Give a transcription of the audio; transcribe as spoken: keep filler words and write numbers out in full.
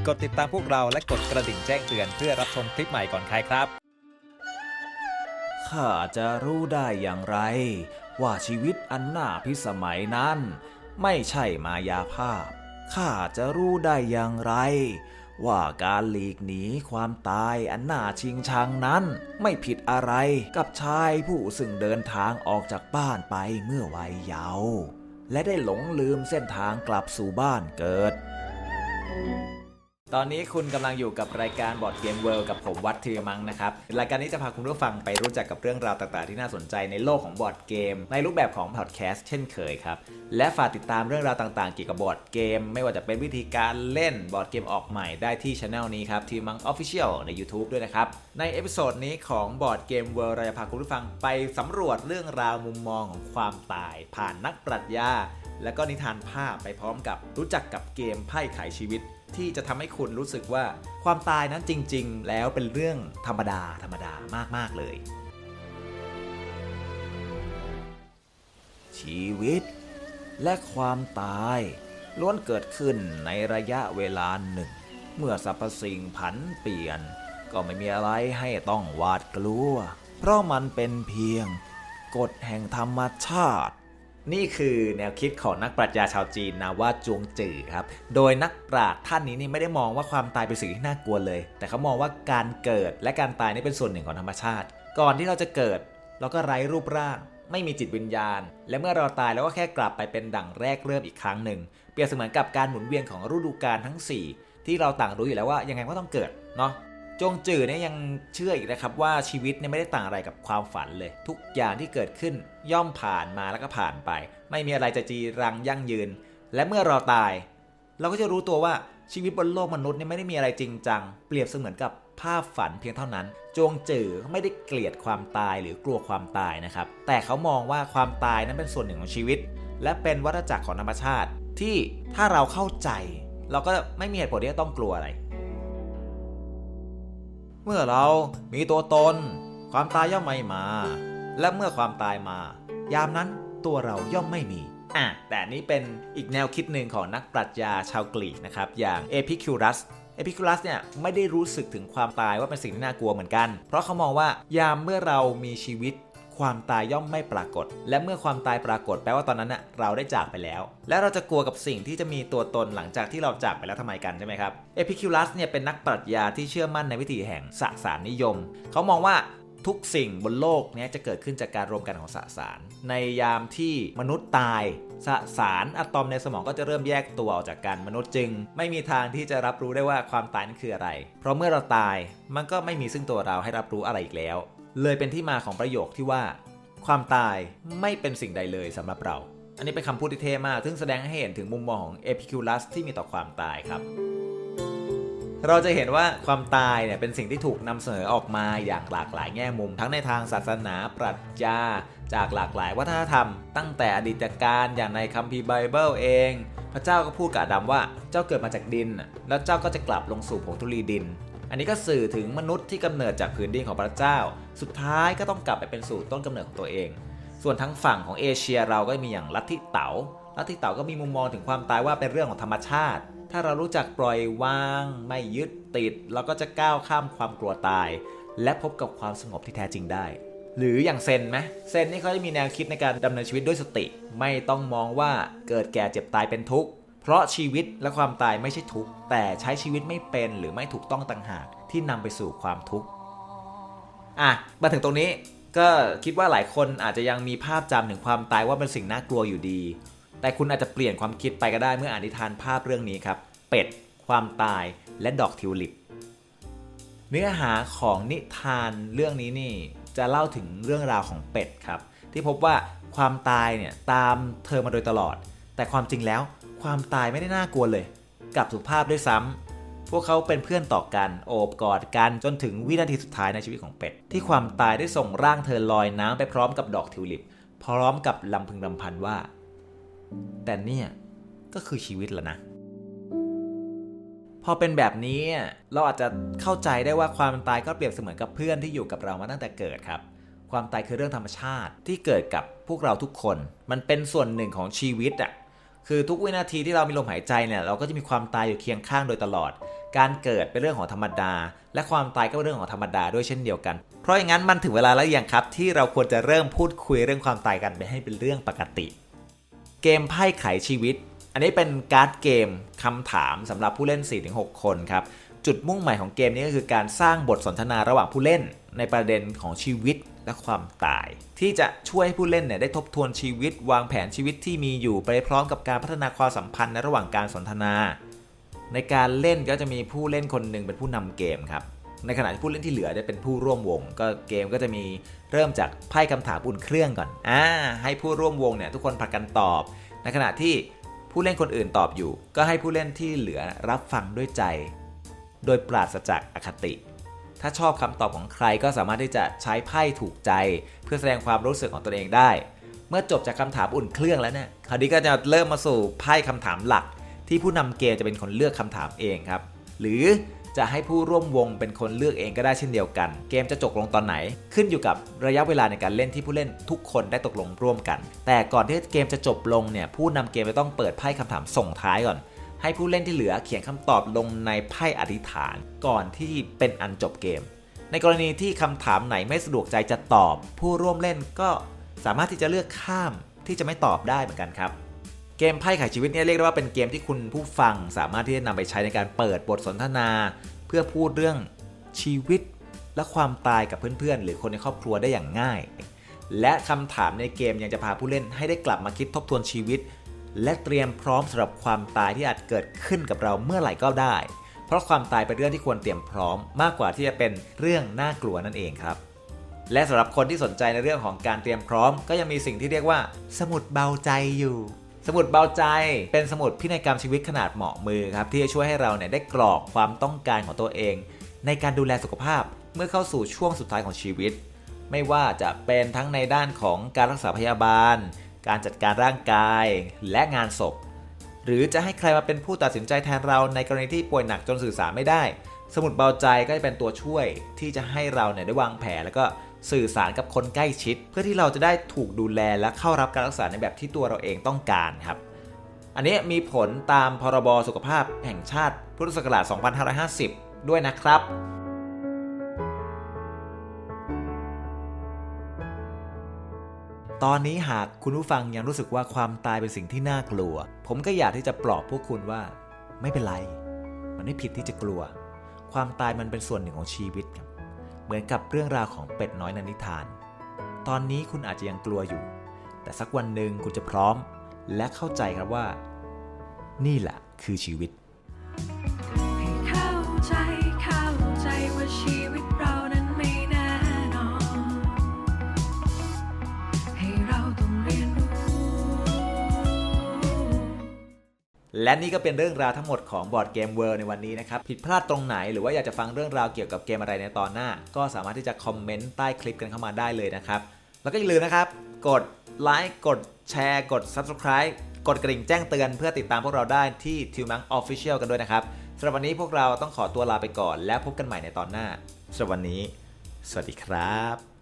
กดติดตามพวกเราและกดกระดิ่งแจ้งเตือนเพื่อรับชมคลิปใหม่ก่อนใครครับข้าจะรู้ได้อย่างไรว่าชีวิตอันน่าพิสมัยนั้นไม่ใช่มายาภาพข้าจะรู้ได้อย่างไรว่าการหลีกหนีความตายอันน่าชิงชังนั้นไม่ผิดอะไรกับชายผู้ซึ่งเดินทางออกจากบ้านไปเมื่อวัยเยาว์และได้หลงลืมเส้นทางกลับสู่บ้านเกิดตอนนี้คุณกำลังอยู่กับรายการบอร์ดเกมเวิลด์กับผมวัดธีรมังนะครับรายการนี้จะพาคุณผู้ฟังไปรู้จักกับเรื่องราวต่างๆที่น่าสนใจในโลกของบอร์ดเกมในรูปแบบของพอดแคสต์เช่นเคยครับและฝากติดตามเรื่องราวต่างๆเกี่ยวกับบอร์ดเกมไม่ว่าจะเป็นวิธีการเล่นบอร์ดเกมออกใหม่ได้ที่ channel นี้ครับธีรมัง Official ใน YouTube ด้วยนะครับในเอพิโซดนี้ของบอร์ดเกมเวิลด์เราจะพาคุณผู้ฟังไปสำรวจเรื่องราวมุมมองของความตายผ่านนักปรัชญาและก็นิทานภาพไปพร้อมกับรู้จักกับเกมไพ่ไขชีวิตที่จะทำให้คุณรู้สึกว่าความตายนั้นจริงๆแล้วเป็นเรื่องธรรมดาธรรมดามากๆเลยชีวิตและความตายล้วนเกิดขึ้นในระยะเวลาหนึ่งเมื่อสรรพสิ่งผันเปลี่ยนก็ไม่มีอะไรให้ต้องหวาดกลัวเพราะมันเป็นเพียงกฎแห่งธรรมชาตินี่คือแนวคิดของนักปรัชญาชาวจีนนาว่าจวงจือครับโดยนักปราชญ์ท่านนี้นี่ไม่ได้มองว่าความตายเป็นสิ่งที่น่ากลัวเลยแต่เขามองว่าการเกิดและการตายนี่เป็นส่วนหนึ่งของธรรมชาติก่อนที่เราจะเกิดเราก็ไร้รูปร่างไม่มีจิตวิญญาณและเมื่อเราตายเราก็แค่กลับไปเป็นดั่งแรกเริ่มอีกครั้งหนึ่งเปรียบเสมือนกับการหมุนเวียนของฤดูกาลทั้งสี่ที่เราต่างรู้อยู่แล้วว่ายังไงก็ต้องเกิดเนาะจงจือเนี่ยยังเชื่ออีกนะครับว่าชีวิตเนี่ยไม่ได้ต่างอะไรกับความฝันเลยทุกอย่างที่เกิดขึ้นย่อมผ่านมาแล้วก็ผ่านไปไม่มีอะไรจะจีรังยั่งยืนและเมื่อเราตายเราก็จะรู้ตัวว่าชีวิตบนโลกมนุษย์เนี่ยไม่ได้มีอะไรจริงจังเปรียบเสมือนกับภาพฝันเพียงเท่านั้นจงจือไม่ได้เกลียดความตายหรือกลัวความตายนะครับแต่เขามองว่าความตายนั้นเป็นส่วนหนึ่งของชีวิตและเป็นวัฏจักรของธรรมชาติที่ถ้าเราเข้าใจเราก็ไม่มีเหตุผลที่จะต้องกลัวอะไรเมื่อเรามีตัวตนความตายย่อมไม่มาและเมื่อความตายมายามนั้นตัวเราย่อมไม่มีอ่ะแต่นี้เป็นอีกแนวคิดหนึ่งของนักปรัชญาชาวกรีกนะครับอย่างเอพิคิวรัสเอพิคิวรัสเนี่ยไม่ได้รู้สึกถึงความตายว่าเป็นสิ่งที่น่ากลัวเหมือนกันเพราะเขามองว่ายามเมื่อเรามีชีวิตความตายย่อมไม่ปรากฏและเมื่อความตายปรากฏแปลว่าตอนนั้นน่ะเราได้จากไปแล้วและเราจะกลัวกับสิ่งที่จะมีตัวตนหลังจากที่เราจากไปแล้วทำไมกันใช่ไหมครับเอพิคิวรัสเนี่ยเป็นนักปรัชญาที่เชื่อมั่นในวิถีแห่งสสารนิยมเขามองว่าทุกสิ่งบนโลกนี้จะเกิดขึ้นจากการรวมกันของสสารในยามที่มนุษย์ตายสสารอะตอมในสมองก็จะเริ่มแยกตัวออกจากกันมนุษย์จึงไม่มีทางที่จะรับรู้ได้ว่าความตายนั้นคืออะไรเพราะเมื่อเราตายมันก็ไม่มีซึ่งตัวเราให้รับรู้อะไรอีกแล้วเลยเป็นที่มาของประโยคที่ว่าความตายไม่เป็นสิ่งใดเลยสำหรับเราอันนี้เป็นคำพูดที่เท่มากซึ่งแสดงให้เห็นถึงมุมมองของเอพิคิวรัสที่มีต่อความตายครับเราจะเห็นว่าความตายเนี่ยเป็นสิ่งที่ถูกนำเสนอออกมาอย่างหลากหลายแง่มุมทั้งในทางศาสนาปรัชญาจากหลากหลายวัฒนธรรมตั้งแต่อดีตการอย่างในคัมภีร์ไบเบิลเองพระเจ้าก็พูดกับอาดัมว่าเจ้าเกิดมาจากดินแล้วเจ้าก็จะกลับลงสู่ผงธุลีดินอันนี้ก็สื่อถึงมนุษย์ที่กำเนิดจากพื้นดินของพระเจ้าสุดท้ายก็ต้องกลับไปเป็นสู่ต้นกำเนิดของตัวเองส่วนทั้งฝั่งของเอเชียเราก็มีอย่างลัทธิเต๋าลัทธิเต๋าก็มีมุมมองถึงความตายว่าเป็นเรื่องของธรรมชาติถ้าเรารู้จักปล่อยวางไม่ยึดติดเราก็จะก้าวข้ามความกลัวตายและพบกับความสงบที่แท้จริงได้หรืออย่างเซนไหมเซนนี่เขาจะมีแนวคิดในการดำเนินชีวิตด้วยสติไม่ต้องมองว่าเกิดแก่เจ็บตายเป็นทุกข์เพราะชีวิตและความตายไม่ใช่ทุกข์แต่ใช้ชีวิตไม่เป็นหรือไม่ถูกต้องต่างหากที่นำไปสู่ความทุกข์อ่ะมาถึงตรงนี้ก็คิดว่าหลายคนอาจจะยังมีภาพจำถึงความตายว่าเป็นสิ่งน่ากลัวอยู่ดีแต่คุณอาจจะเปลี่ยนความคิดไปก็ได้เมื่ออ่านนิทานภาพเรื่องนี้ครับเป็ดความตายและดอกทิวลิปเนื้อหาของนิทานเรื่องนี้นี่จะเล่าถึงเรื่องราวของเป็ดครับที่พบว่าความตายเนี่ยตามเธอมาโดยตลอดแต่ความจริงแล้วความตายไม่ได้น่ากลัวเลยกลับสุภาพด้วยซ้ำพวกเขาเป็นเพื่อนต่อกันโอบกอดกันจนถึงวินาทีสุดท้ายในชีวิตของเป็ดที่ความตายได้ส่งร่างเธอลอยน้ำไปพร้อมกับดอกทิวลิปพร้อมกับลำพึงลำพันว่าแต่เนี่ยก็คือชีวิตแล้วนะพอเป็นแบบนี้เราอาจจะเข้าใจได้ว่าความตายก็เปรียบเสมือนกับเพื่อนที่อยู่กับเรามาตั้งแต่เกิดครับความตายคือเรื่องธรรมชาติที่เกิดกับพวกเราทุกคนมันเป็นส่วนหนึ่งของชีวิตอ่ะคือทุกวินาทีที่เรามีลมหายใจเนี่ยเราก็จะมีความตายอยู่เคียงข้างโดยตลอดการเกิดเป็นเรื่องของธรรมดาและความตายก็เป็นเรื่องของธรรมดาด้วยเช่นเดียวกันเพราะอย่างนั้นมันถึงเวลาแล้วยังครับที่เราควรจะเริ่มพูดคุยเรื่องความตายกันไปให้เป็นเรื่องปกติเกมไพ่ไขชีวิตอันนี้เป็นการ์ดเกมคำถามสำหรับผู้เล่น สี่ถึงหก คนครับจุดมุ่งหมายของเกมนี้ก็คือการสร้างบทสนทนาระหว่างผู้เล่นในประเด็นของชีวิตและความตายที่จะช่วยให้ผู้เล่นเนี่ยได้ทบทวนชีวิตวางแผนชีวิตที่มีอยู่ไปพร้อมกับการพัฒนาความสัมพันธ์ในระหว่างการสนทนาในการเล่นก็จะมีผู้เล่นคนหนึ่งเป็นผู้นำเกมครับในขณะที่ผู้เล่นที่เหลือได้เป็นผู้ร่วมวงก็เกมก็จะมีเริ่มจากไพ่คำถามอุ่นเครื่องก่อนอ่าให้ผู้ร่วมวงเนี่ยทุกคนผลัดกันตอบในขณะที่ผู้เล่นคนอื่นตอบอยู่ก็ให้ผู้เล่นที่เหลือรับฟังด้วยใจโดยปราศจากอคติถ้าชอบคำตอบของใครก็สามารถที่จะใช้ไพ่ถูกใจเพื่อแสดงความรู้สึกของตัวเองได้เมื่อจบจากคำถามอุ่นเครื่องแล้วเนี่ยคราวนี้ก็จะเริ่มมาสู่ไพ่คำถามหลักที่ผู้นำเกมจะเป็นคนเลือกคำถามเองครับหรือจะให้ผู้ร่วมวงเป็นคนเลือกเองก็ได้เช่นเดียวกันเกมจะจบลงตอนไหนขึ้นอยู่กับระยะเวลาในการเล่นที่ผู้เล่นทุกคนได้ตกลงร่วมกันแต่ก่อนที่เกมจะจบลงเนี่ยผู้นำเกมจะต้องเปิดไพ่คำถามส่งท้ายก่อนให้ผู้เล่นที่เหลือเขียนคำตอบลงในไพ่อธิษฐานก่อนที่เป็นอันจบเกมในกรณีที่คำถามไหนไม่สะดวกใจจะตอบผู้ร่วมเล่นก็สามารถที่จะเลือกข้ามที่จะไม่ตอบได้เหมือนกันครับเกมไพ่ไขชีวิตเนี่ยเรียกได้ว่าเป็นเกมที่คุณผู้ฟังสามารถที่จะนำไปใช้ในการเปิดบทสนทนาเพื่อพูดเรื่องชีวิตและความตายกับเพื่อนๆหรือคนในครอบครัวได้อย่างง่ายและคำถามในเกมยังจะพาผู้เล่นให้ได้กลับมาคิดทบทวนชีวิตและเตรียมพร้อมสำหรับความตายที่อาจเกิดขึ้นกับเราเมื่อไหร่ก็ได้เพราะความตายเป็นเรื่องที่ควรเตรียมพร้อมมากกว่าที่จะเป็นเรื่องน่ากลัวนั่นเองครับและสำหรับคนที่สนใจในเรื่องของการเตรียมพร้อมก็ยังมีสิ่งที่เรียกว่าสมุดเบาใจอยู่สมุดเบาใจเป็นสมุดพินัยกรรมชีวิตขนาดเหมาะมือครับที่จะช่วยให้เราเนี่ยได้กรอกความต้องการของตัวเองในการดูแลสุขภาพเมื่อเข้าสู่ช่วงสุดท้ายของชีวิตไม่ว่าจะเป็นทั้งในด้านของการรักษาพยาบาลการจัดการร่างกายและงานศพหรือจะให้ใครมาเป็นผู้ตัดสินใจแทนเราในกรณีที่ป่วยหนักจนสื่อสารไม่ได้สมุดเบาใจก็จะเป็นตัวช่วยที่จะให้เราเนี่ยได้วางแผนแล้วก็สื่อสารกับคนใกล้ชิดเพื่อที่เราจะได้ถูกดูแลและเข้ารับการรักษาในแบบที่ตัวเราเองต้องการครับอันนี้มีผลตามพรบสุขภาพแห่งชาติพุทธศักราชสองพันห้าร้อยห้าสิบด้วยนะครับตอนนี้หากคุณผู้ฟังยังรู้สึกว่าความตายเป็นสิ่งที่น่ากลัวผมก็อยากที่จะปลอบพวกคุณว่าไม่เป็นไรมันไม่ผิดที่จะกลัวความตายมันเป็นส่วนหนึ่งของชีวิตครับเหมือนกับเรื่องราวของเป็ดน้อยในนิทานตอนนี้คุณอาจจะยังกลัวอยู่แต่สักวันหนึ่งคุณจะพร้อมและเข้าใจครับว่านี่แหละคือชีวิตให้เข้าใจเข้าใจว่าชีวิตเรานั้นไม่แน่นอนให้เราต้องเรียนรู้และนี่ก็เป็นเรื่องราวทั้งหมดของบอร์ดเกมเวิลด์ในวันนี้นะครับผิดพลาดตรงไหนหรือว่าอยากจะฟังเรื่องราวเกี่ยวกับเกมอะไรในตอนหน้าก็สามารถที่จะคอมเมนต์ใต้คลิปกันเข้ามาได้เลยนะครับแล้วก็อย่าลืมนะครับกดไลค์กดแชร์กด ซับสไครบ์ กดกระดิ่งแจ้งเตือนเพื่อติดตามพวกเราได้ที่ ทิวมัง Official กันด้วยนะครับสำหรับวันนี้พวกเราต้องขอตัวลาไปก่อนแล้วพบกันใหม่ในตอนหน้าสำหรับวันนี้สวัสดีครับ